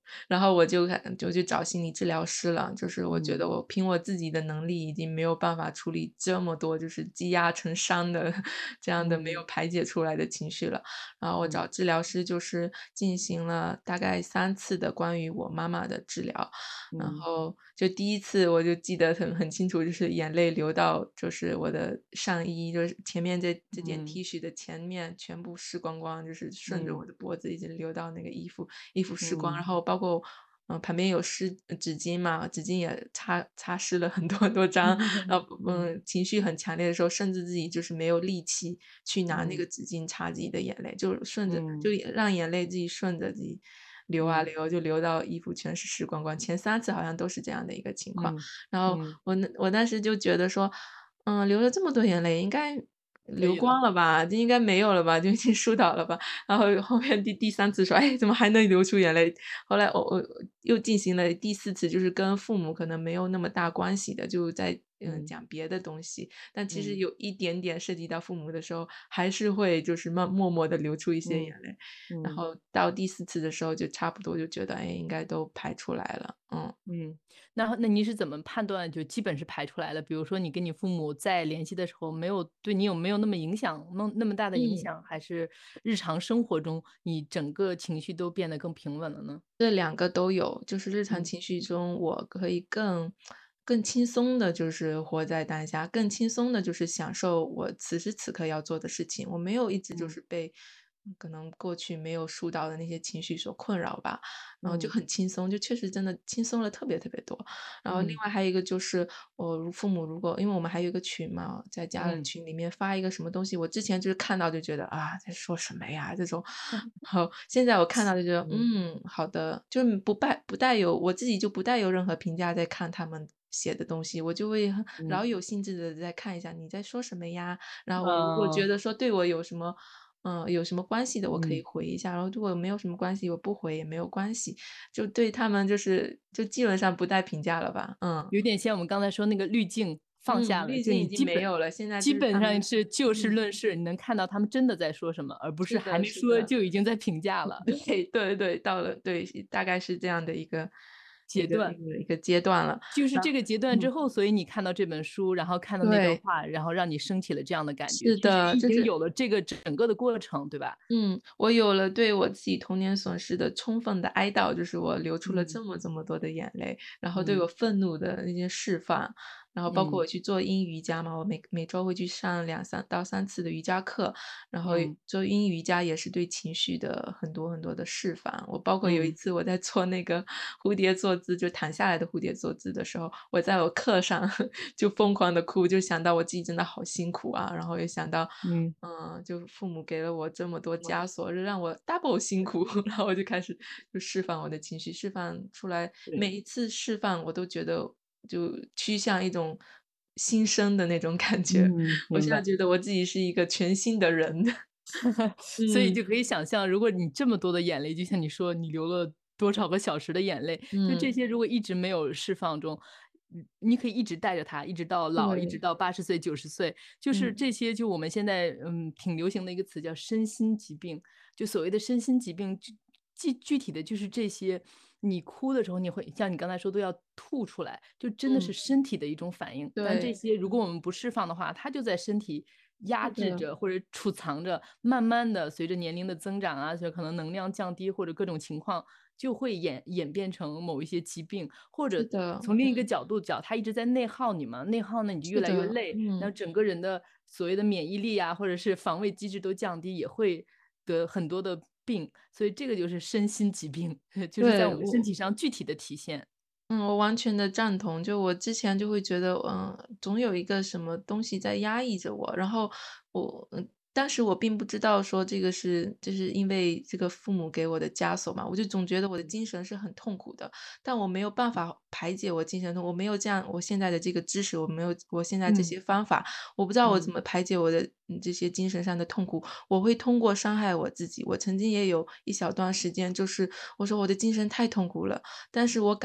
然后我就开就去找心理治疗师了，就是我觉嗯。 得我凭我自己的能力已经没有办法处理这么多就是积压成山的这样的没有嗯。 排解出来的情绪了。然后我嗯。 找治疗师就是进行了大概三次的关于我妈妈的治疗。然嗯。 后就第一次我就记得很很清楚，就是眼泪流到就是我的上衣，就是前面这这件嗯。 T 恤的前面全部湿光光，就是顺着我嗯。 的脖子一直流到那个衣服，衣服湿光。然嗯。 后包括，呃，旁边有湿纸巾嘛，纸巾也擦擦湿了很多很多张。然后， 嗯。 嗯，情绪很强烈的时候，甚至自己就是没有力气去拿那嗯。 个纸巾擦自己的眼泪，就顺着就嗯。 让眼泪自己顺着自己流啊嗯。 流，就流到衣服全是湿光光，前三次好像都是这样的一个情况。 嗯， 然后嗯。 我那我当时就觉得说，嗯，流了这么多眼泪，应该流可以了。 光了吧，就应该没有了吧，就已经疏导了吧。然后后面第第三次说：“哎，怎么还能流出眼泪？”后来我我又进行了第四次，就是跟父母可能没有那么大关系的，就在，嗯， 嗯。 讲别的东西。但其实嗯。 有一点点涉及到父母的时候，还是会就是慢默默地流出一些眼嗯， 泪。然嗯。 后到第四次的时候就差不多就觉得，哎，应该都排出来了，嗯。 嗯，那那你是怎么判断就基本是排出来了，比如说你跟你父母在联系的时候，没有对你有没有那么影响那那么大的影嗯。 响？还是日常生活中，你整个情绪都变得更平稳了呢？ 这两个都有，就是日常嗯。 情绪中，我可以更更轻松地就是活在当下，更轻松地就是享受我此时此刻要做的事情。我没有一直就嗯。 是被可能过去没有疏导的那些情绪所困扰吧，然后就嗯。 很轻松，就确实真的轻松了特别特别多。然后另嗯。 外还有一个就是我父母如果因为我们还有一个群嘛，在家人嗯。 群里面发一个什么东西，我之前就是看到就觉得，啊，在说什么呀这种。好，现在我看到就觉得， 嗯。 嗯，好的，就不拜不带有我自己就不带有任何评价在看他们写的东西，我就会嗯。 饶有兴致地再看一下你在说什么呀。然后我如果觉哦。 得说对我有什么呃，有什么关系的，我可以嗯。 回一下，然后如果没有什么关系，我不回也没有关系。就对他们就是就基本上不带评价了吧，嗯。 有点像我们刚才说那个滤镜放下嗯， 了，就滤镜已经你基本没有了，现在基就是他们本上是就事嗯。 论事，你能看到他们真的在说什么，而不是是的还没是的。 说就已经在评价了。 对对对，到了对，大概是这样的一个一个一阶段。 个一个阶段了，然后就是这个阶段之嗯。 后，所以你看到这本书，然后看到那段对。 话，然后让你升起了这样的感觉，其实是的，就是你已经有了这个整个的过程，对吧？ 嗯，我有了对我自己童年损失的充分的哀悼，就是我流出了嗯。 这么这么多的眼泪，然后对我嗯。 愤怒的那些释放。然后包括嗯。 我去做阴瑜伽嘛，我每每周会去上两三到三次的瑜伽课，然后嗯。 做阴瑜伽也是对情绪的很多很多的释放。我包括有一嗯。 次我在做那个蝴蝶坐姿，就躺下来的蝴蝶坐姿的时候，我在我课上就疯狂地哭，就想到我自己真的好辛苦啊，然后又想到， 嗯。 嗯，就父母给了我这么多哇。 枷锁，让我 double 辛苦，然后我就开始就释放我的情绪，释放出来，每对。 一次释放我都觉得就趋向一种新生的那种感觉， 嗯， 我现在明白。 觉得我自己是一个全新的人。 所以嗯。 就可以想象，如果你这么多的眼泪，就像你说你流了多少个小时的眼泪，就这嗯。 些如果一直没有释放中，你可以一直带着它，一直到老，一直对。 到八十岁、九十岁。就是嗯。 这些就我们现在，嗯，挺流行的一个词叫身心疾病，就所谓的身心疾病，具具具体的就是这些，你哭的时候，你会像你刚才说都要吐出来，就真的是嗯。 身体的一种反应。但这对。 些如果我们不释放的话，它就在身体压是的。 制着或者储藏着，慢慢地随着年龄的增长啊，就可能能量降低或者各种情况，就会演演变成某一些疾病。或者是的， 从另一个嗯。 角度讲，它一直在内耗你嘛，内耗呢你就越来越是的， 累，然后嗯。 整个人的所谓的免疫力啊，或者是防卫机制都降低，也会得很多的病，所以这个就是身心疾病，就是在对， 我们身我体上具体的体现。 嗯，我完全地赞同。就我之前就会觉得，嗯，总有一个什么东西在压抑着我，然后我嗯，当时我并不知道说这个是就是因为这个父母给我的枷锁嘛，我就总觉得我的嗯。 精神是很痛苦的，但我没有办法排解我精神痛苦，我没有这样我现在的这个知识，我没有我现在这嗯。 些方法，我不知道我嗯。 怎么排解我的，嗯，这些精神上的痛苦，我会通过伤害我自己。我曾经也有一小段时间，就是我说我的精神太痛苦了，但是我感受嗯。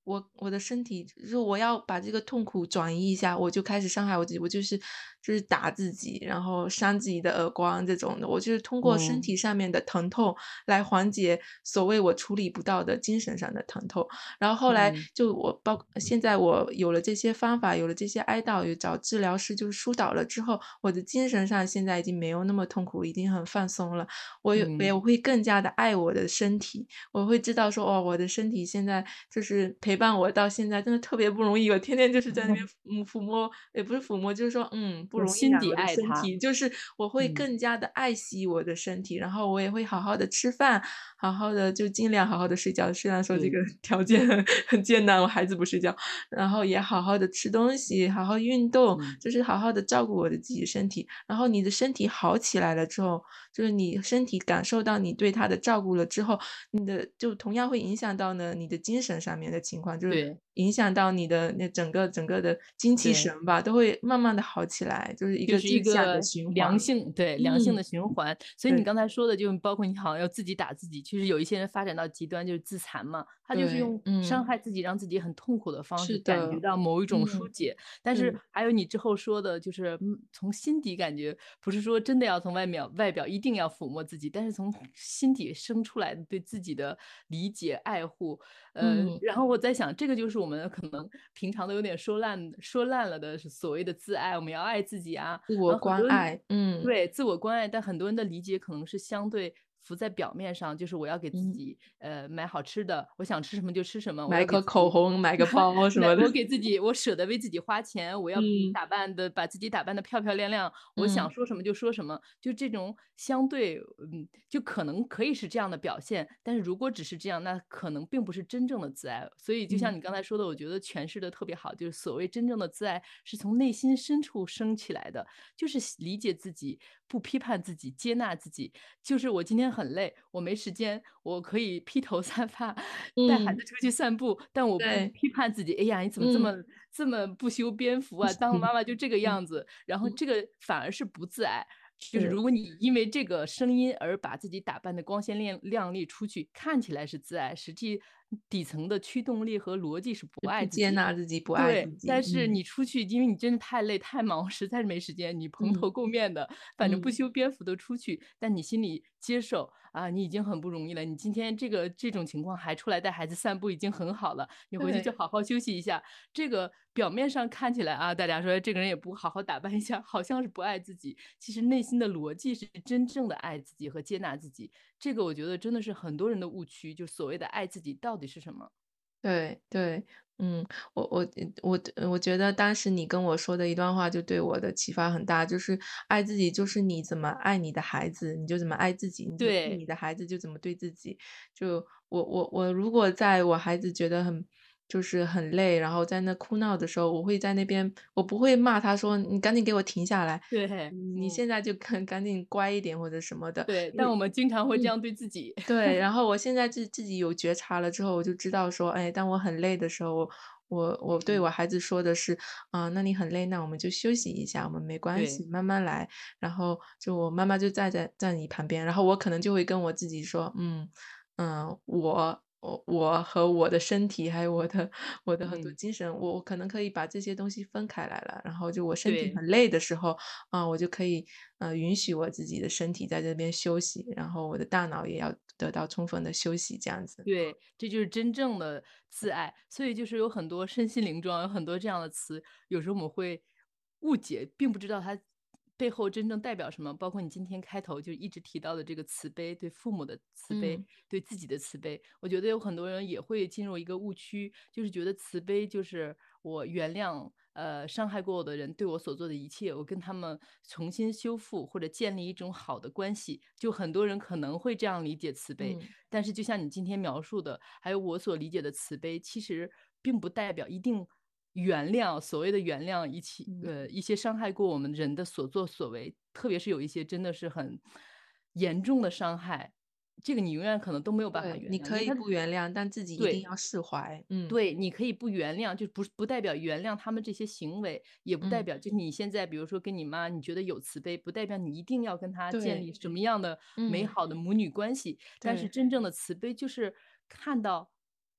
我我的身体就是我要把这个痛苦转移一下，我就开始伤害我自己，我就是就是打自己，然后扇自己的耳光这种的。我就是通过身嗯体上面的疼痛来缓解所谓我处理不到的精神上的疼痛。然后后来嗯就我包现在我有了这些方法，有了这些哀悼，有找治疗师就是疏导了之后，我的精神上现在已经没有那么痛苦，已经很放松了。我有嗯也我会更加的爱我的身体，我会知道说，哦，我的身体现在就是陪伴我到现在真的特别不容易，我天天就是在那边嗯，抚摸也不是抚摸，就是说，嗯，不我容易啊， 心底我的爱他。 身体。就是我会嗯， 更加的爱惜我的身体，然后我也会好好的吃饭，好好的就尽量好好的睡觉，虽然说这个对条件很很艰难，我孩子不睡觉，然后也好好的吃东西，好好运动， 嗯就是好好的照顾我的自己身体。然后你的身体好起来了之后，就是你身体感受到你对它的照顾了之后，你的就同样会影响到呢你的精神上面的情况，就是对影响到你的那整个整个的精气对。 神吧，都会慢慢的好起来，就是一就是个正向的一个循环。 良性对，良性嗯， 的循环。所以你对， 刚才说的就包括你好像要自己打自己，其实有一些人发展到极端就是自残嘛，他就是对， 用伤嗯， 害自己，让自己很痛苦的方式感觉是的， 到某一种疏嗯， 解。但是对， 还有你之后说的就是，嗯，从心底感觉不是说真的要从外表外表一定要抚摸自己，但是从心底生出来的对自己的理解、爱护，呃， 嗯， 然后我在想，这个就是我们可能平常都有点说烂说烂了的所谓的自爱，我们要爱自己啊， 自我然后很多人关爱，嗯， 对，自我关爱，但很多人的理解可能是相对浮在表面上，就是我要给自嗯， 己，呃，买好吃的，我想吃什么就吃什么，我买颗要给自己口红，买个包什么的， 买我给自己我舍得为自己花钱，我要嗯嗯， 打扮的把自己打扮的漂漂亮亮，我想嗯， 说什么就说什么，就这种相对嗯，就可能可以是这样的表现，但是如果只是这样，那可能并不是真正的自爱。所以就像嗯， 你刚才说的，我觉得诠释的特别好，就是所谓真正的自爱是从内心深处升起来的，就是理解自己，不批判自己，接纳自己。就是我今天很累，我没时间，我可以披头散发带孩子嗯， 出去散步，但我不对， 批判自己。哎呀，你怎么这么嗯， 这么不修边幅啊？当了妈妈就这个嗯， 样子，然后嗯， 这个反而是不自爱。就是是， 如果你因为这个声音而把自己打扮的光鲜亮亮丽出去，看起来是自爱，实际底层的驱动力和逻辑是不是不接爱自己。 纳自己，不爱自对，但己， 是嗯， 你出去，因为你真的太累太忙，实在是没时间，你蓬头嗯， 垢面的，反正不嗯， 修边幅的出去，但你心里接受，啊，你已经很不容易了，你今天这个这种情况还出来带孩子散步已经很好了，你回去就对。 好好休息一下。这个表面上看起来啊，大家说这个人也不好好打扮一下，好像是不爱自己，其实内心的逻辑是真正的爱自己和接纳自己。这个我觉得真的是很多人的误区，就所谓的爱自己到底是什么？ 对对，嗯，我我我我觉得当时你跟我说的一段话就对我的启发很大，就是爱自己就是你怎么爱你的孩子，你就怎么爱自己，你怎么对对， 你的孩子就怎么对自己。就我我我如果在我孩子觉得很就是很累，然后在那哭闹的时候，我会在那边，我不会骂他说你赶紧给我停下来， 对， 嗯你嗯， 现在就赶赶紧乖一点或者什么的， 对， 因为但我们经常会这嗯。 样对自己。 对，然后我现在自自己有觉察了之后，我就知道说，哎，当我很累的时候，我我对嗯， 我孩子说的是，啊、那你很累，那我们就休息一下，我们没关对， 系，慢慢来。然后就我妈妈就站在在你旁边，然后我可能就会跟我自己说，嗯嗯，我我我和我的身体，还有我的我的很多嗯， 精神，我我可能可以把这些东西分开来了。然后就我身体对。 很累的时候，啊，我就可以，呃，允许我自己的身体在这边休息，然后我的大脑也要得到充分的休息，这样子。 对，这就是真正的自爱。所以就是有很多身心灵装，有很多这样的词，有时候我们会误解，并不知道它背后真正代表什么。包括你今天开头就一直提到的这个慈悲，对父母的慈悲， 嗯， 对自己的慈悲。我觉得有很多人也会进入一个误区，就是觉得慈悲就是我原谅呃伤害过我的人对我所做的一切，我跟他们重新修复或者建立一种好的关系。就很多人可能会这样理解慈悲， 嗯， 但是就像你今天描述的，还有我所理解的慈悲，其实并不代表一定原谅，所谓的原谅一起嗯， 呃，一些伤害过我们人的所作所为，特别是有一些真的是很严重的伤害，这个你永远可能都没有办法对， 原谅，因你可以为他不原谅，但自己一定对。 要释怀。嗯， 对，你可以不原谅，就不是不代表原谅他们这些行为，也不代嗯， 表就是你现在比如说跟你妈，你觉得有慈悲，不代表你一定要跟她建对， 立什么样的美嗯， 好的母女关系。但是对， 真正的慈悲就是看到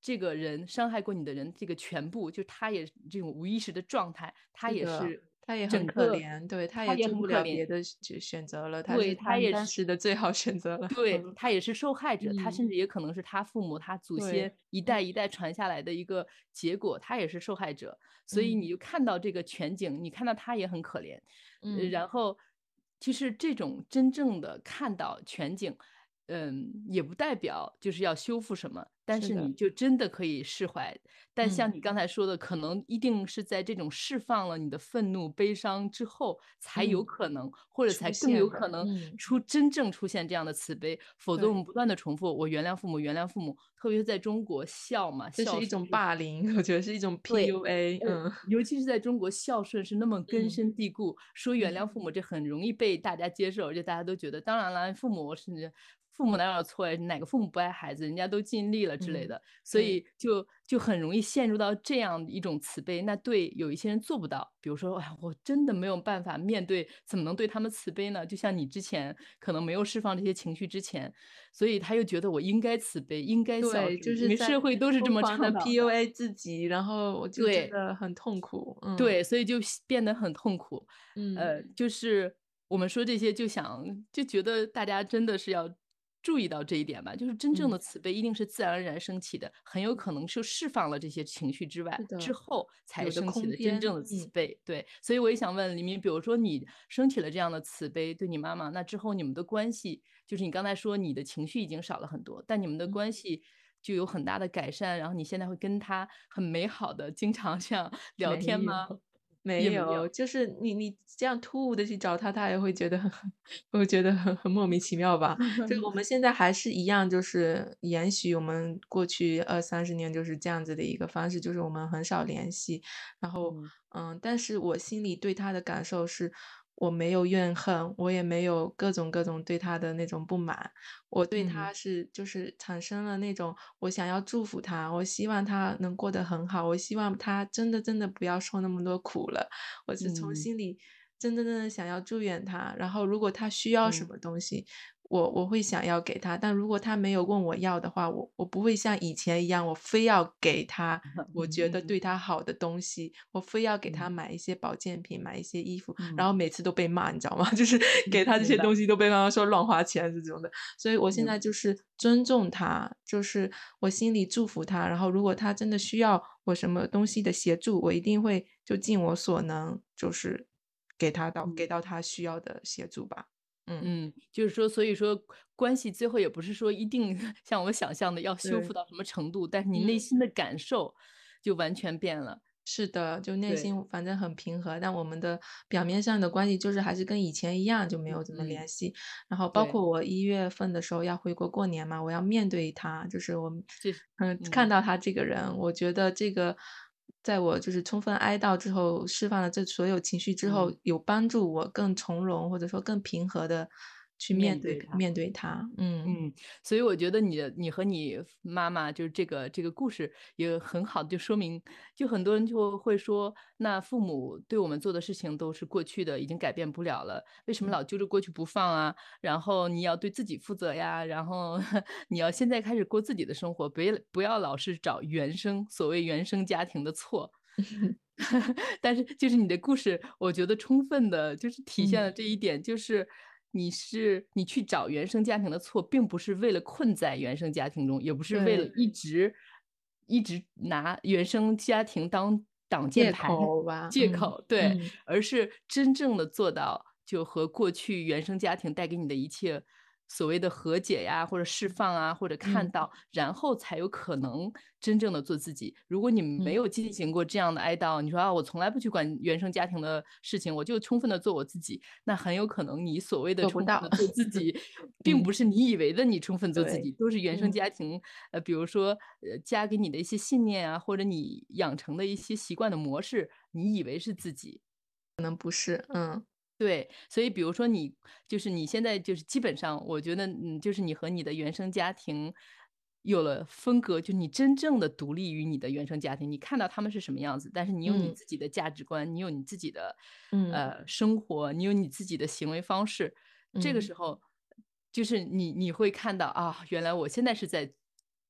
这个人伤害过你的人，这个全部就他也这种无意识的状态，他是的， 也是他也很整个可怜，对，他他也也做不很可怜。 了别的选选择了，他是对， 他他也是当时的最好选择了。 对，他也是受害者，他嗯， 甚至也可能是他父母、他祖对， 先一代一代传下来的一个结果，他也是受害者。所以嗯你就看到这个全景，你看到他也很可怜，呃， 嗯， 然后其实这种真正的看到全景，嗯，也不代表就是要修复什么，但是的， 是你就真的可以释怀。但嗯像你刚才说的，可能一定是在这种释放了你的愤怒、悲伤之后，才有嗯， 可能，或者出才更有现的， 可能嗯， 出真正出现这样的慈悲。否则我对。 们不断的重复“我原谅父母，原谅父母”，特别是在中国孝嘛， 这是一种孝顺是霸凌，我觉得是一种对， P U A， 呃， 嗯， 尤其是在中国，孝顺是那么根嗯， 深蒂固，说原嗯， 谅父母，这很容易被大家接受，而且大家都觉得，当然了，父母是父母哪有错呀？哪个父母不爱孩子？人家都尽力了之类嗯， 的，所对， 以就就很容易陷入到这样一种慈悲。那对有一些人做不到，比如说，哎呀，我真的没有办法面对，怎么能对他们慈悲呢？就像你之前可能没有释放这些情绪之前，所以他又觉得我应该慈悲，应该孝对， 顺， 就是在因为社会都是这么疯狂的倡导的。 P U A 自己，然后我就真对， 的很痛苦，嗯， 对，所以就变得很痛苦。 嗯， 呃，就是我们说这些就想就觉得大家真的是要注意到这一点吧，就是真正嗯， 的慈悲一定是自然而然升起的，很有可能是释放了这些情绪之外，之是的， 后才有的升起空间， 的真正的慈嗯， 悲。对，所以我也想问黎明，比如说你升起了这样的慈悲对你妈妈，那之后你们的关系，就是你刚才说你的情绪已经少了很多，但你们的嗯。 关系就有很大的改善，然后你现在会跟她很美好的经常这样聊天没有， 吗？也没有， 没有。 就是你你这样突兀的去找他，他也会觉得很会觉得很很莫名其妙吧。就是我们现在还是一样，就是延续我们过去二三十年就是这样子的一个方式，就是我们很少联系。然后， 嗯嗯，但是我心里对他的感受是，我没有怨恨，我也没有各种各种对他的那种不满。我对嗯他是就是产生了那种我想要祝福他，我希望他能过得很好，我希望他真的真的不要受那么多苦了。我是从嗯心里真真正正想要祝愿他，然后如果他需要什嗯么东西，我我会想要给他，但如果他没有问我要的话，我我不会像以前一样，我非要给他我觉得嗯对他好的东西，我非要给他嗯买一些保健品，买一些衣服，然嗯后每次都被骂，你知道吗？就是给嗯， 他这些明白东西都被妈妈说乱花钱这种的。所以我现明白， 在就是尊重他，就是我心里祝福他，然后如果他真的需要我什么东西的协助，我一定会就尽我所能，就是给他到给嗯到他需要的协助吧。嗯， 嗯，就是说，所以说关系最后也不是说一定像我们想象的要修对， 复到什么程度，但是你内嗯。 心的感受就完全变了。 是的，就内对， 心反正很平和，但我们的表面上的关系就是还是跟以前一样，就没有怎么嗯嗯， 联系。然后包对， 括我一月份的时候要回国过年嘛，我要面对他，就是我， 这是嗯，看嗯到他这个人，我觉得这个在我就是充分哀悼之后，释放了这所有情绪之后， 嗯， 有帮助我更从容或者说更平和的去面对面对他。 面对他。嗯嗯，所以我觉得你的你和你妈妈就是这个这个故事也很好，就说明就很多人就会说，那父母对我们做的事情都是过去的，已经改变不了了，为什么嗯， 老揪着过去不放啊？然后你要对自己负责呀，然后你要现在开始过自己的生活，别不要老是找原生所谓原生家庭的错。但是就是你的故事，我觉得充分的就是体现嗯， 了这一点，就是你是你去找原生家庭的错，并不是为了困在原生家庭中，也不是为了对， 一直一直拿原生家庭当挡箭借牌、 口吧，嗯借口，对， 嗯而是真正的做到就和过去原生家庭带给你的一切所谓的和解呀，或者释放啊，或者看嗯到，然后才有可能真正的做自己。如果你没嗯， 有进行过这样的哀悼，你说啊，我从来不去管原生家庭的事情，我就充分的做我自己，那很有可能你所谓的做不到， 充分的做自己，并嗯。 不是你以为的你充分做自对， 己，都是原生嗯， 家庭，呃，比如说，呃，加给你的一些信念啊，或者你养成的一些习惯的模式，你以为是自己。 可能不是，嗯， 对，所以比如说你就是你现在就是基本上，我觉得嗯，就是你和你的原生家庭有了分隔，就你真正的独立于你的原生家庭，你看到他们是什么样子，但是你有你嗯， 自己的价值观，你有你自己的嗯， 呃生活，你有你自己的行为方式，这个嗯， 时候就是你你会看到啊，原来我现在是在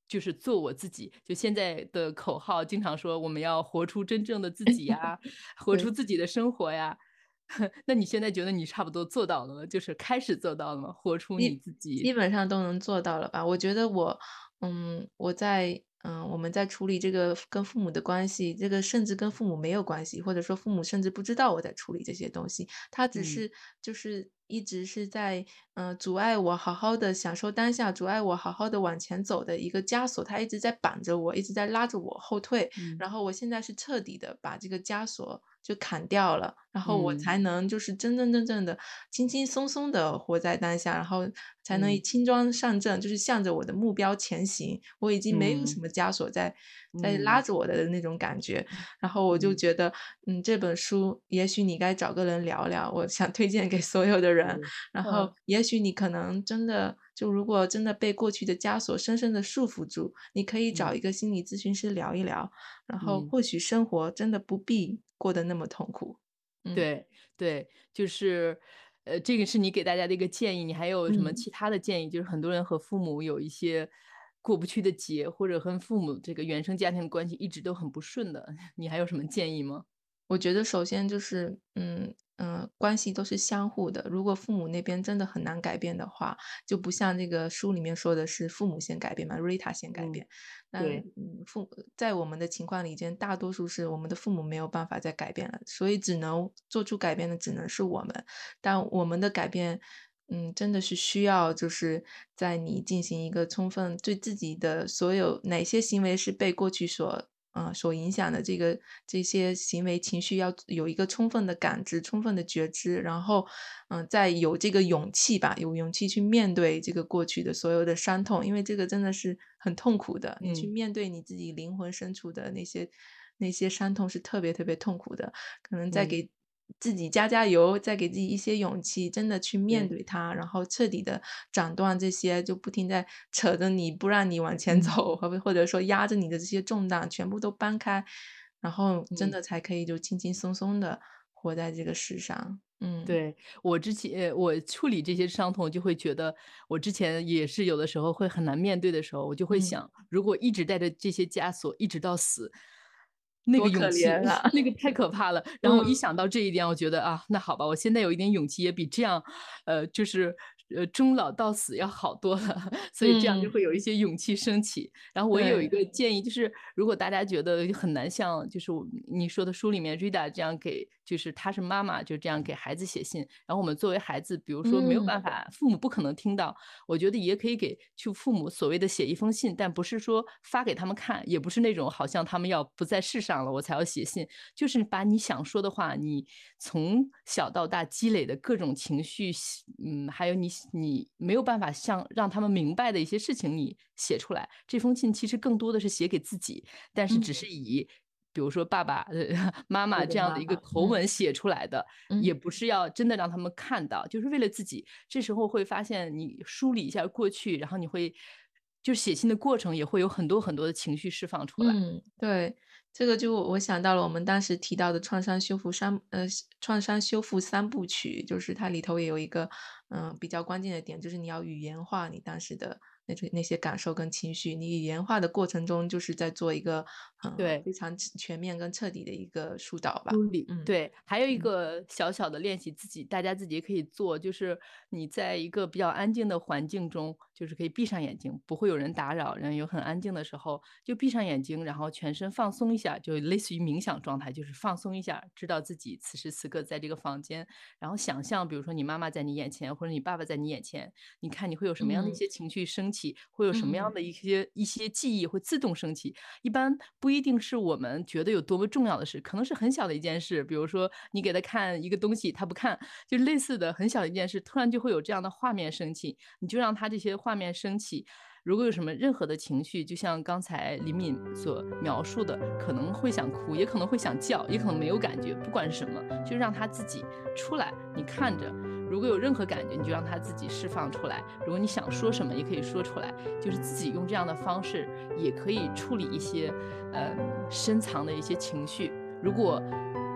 就是做我自己。就现在的口号经常说我们要活出真正的自己呀，活出对。 自己的生活呀。那你现在觉得你差不多做到了吗？就是开始做到了吗？活出你基自己。 基本上都能做到了吧。我觉得我嗯，我在嗯，我们在处理这个跟父母的关系，这个甚至跟父母没有关系，或者说父母甚至不知道我在处理这些东西。他只嗯。 是就是一直是在，呃，阻碍我好好地享受当下，阻碍我好好地往前走的一个枷锁，它一直在绑着我，一直在拉着我后退。 嗯。 然后我现在是彻底地把这个枷锁就砍掉了，然后我嗯。 才能就是真真正正地、轻轻松松地活在当下，然后才能嗯。 轻装上阵，就是向着我的目标前行。我已经没有什嗯。 么枷锁在在拉嗯。 着我的那种感觉。然后我就嗯。 觉得，嗯，这本书也许你该找个人聊聊，我想推荐给所有的人。 是， 然后嗯。 也许你可能真的就如果真的被过去的枷锁深深地束缚住，你可以找嗯。 一个心理咨询师聊一聊，然后嗯。 或许生活真的不必过得那么痛苦。嗯。 对，对，就是呃，这个是你给大家的一个建议，你还有什么嗯。 其他的建议？就是很多人和父母有一些过不去的结，或者和父母这个原生家庭的关系一直都很不顺的，你还有什么建议吗？ 我觉得首先就是，嗯，呃，关系都是相互的，如果父母那边真的很难改变的话，就不像这个书里面说的是父母先改变嘛，Rita 先改嗯， 变。那， 对。 嗯，父在我们的情况里间，大多数是我们的父母没有办法再改变了，所以只能做出改变的只能是我们。但我们的改变，嗯，真的是需要就是在你进行一个充分对自己的所有哪些行为是被过去所呃，所影响的这个这些行为情绪要有一个充分的感知、充分的觉知。然后，呃，再有这个勇气吧，有勇气去面对这个过去的所有的伤痛，因为这个真的是很痛苦的，你去嗯。 面对你自己灵魂深处的那些那些伤痛是特别特别痛苦的。可能再嗯。 给自己加加油，再给自己一些勇气，真的去面对。 对它，然后彻底地斩断这些就不停在扯着你，不让你往前嗯。 走，或或者说压着你的这些重担全部都搬开，然后真嗯。 的才可以就轻轻松松地活在这个世上，嗯。 对，我之前我处理这些伤痛就会觉得我之前也是有的时候会很难面对的时候，我就会嗯。 想，如果一直带着这些枷锁一直到死，那个多可勇气， 怜啊。 那个太可怕了。然后我一嗯。 想到这一点，我觉得，啊，那好吧，我现在有一点勇气也比这样，呃，就是，呃，终老到死要好多了，所以这样就嗯。 会有一些勇气升起。然后我也有一对。 个建议，就是如果大家觉得很难像就是我你说的书里面 Rita 这样给就是她是妈妈，就这样给孩子写信，然后我们作为孩子，比如说没有嗯。 办法父母不可能听到，我觉得也可以给就父母所谓的写一封信，但不是说发给他们看，也不是那种好像他们要不在世上了，我才要写信。就是把你想说的话，你从小到大积累的各种情绪，写嗯，还有你你没有办法像让他们明白的一些事情你写出来。这封信其实更多的是写给自己，但是只嗯。 是以比如说爸爸，呃，妈妈或者这样的一个妈妈，嗯。 口吻写出来的，也嗯。 不是要真的让他们看到，就是为了自己。这时候会发现你梳理一下过去，然后你会就写信的过程也会有很多很多的情绪释放出来。 嗯，对，这个就我想到了我们当时提到的创伤修复三呃，创伤修复三部曲，就是它里头也有一个，呃，比较关键的点，就是你要语言化你当时的那种那些感受跟情绪。你语言化的过程中，就是在做一个，呃， 对。 非常全全面跟彻底的一个疏导吧， 梳理， 嗯， 对。还有一嗯。 个小小的练习，自己大家自己也可以做，就是你在一个比较安静的环境中，就是可以闭上眼睛，不会有人打扰，然后又很安静的时候，就闭上眼睛，然后全身放松一下，就类似于冥想状态，就是放松一下，知道自己此时此刻在这个房间。然后想象比如说你妈妈在你眼前，或者你爸爸在你眼前，你看你会有什么样的一嗯。 些情绪升起，会有什么样嗯。 的一些一些记忆会自动升起。一般不一定是我们觉得有多么重要的事，可能是很小的一件事，比如说你给他看一个东西，他不看，就类似的很小的一件事，突然就会有这样的画面升起，你就让他这些画面升起。如果有什么任何的情绪，就像刚才李敏所描述的，可能会想哭，也可能会想叫，也可能没有感觉，不管是什么，就让他自己出来，你看着。如果有任何感觉，你就让他自己释放出来，如果你想说什么也可以说出来，就是自己用这样的方式，也可以处理一些，呃，深藏的一些情绪。如果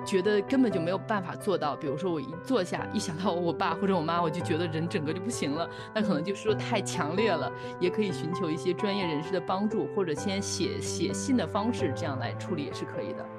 觉得根本就没有办法做到，比如说我一坐下一想到我爸或者我妈，我就觉得人整个就不行了，那可能就是说太强烈了，也可以寻求一些专业人士的帮助，或者先写写信的方式，这样来处理也是可以的。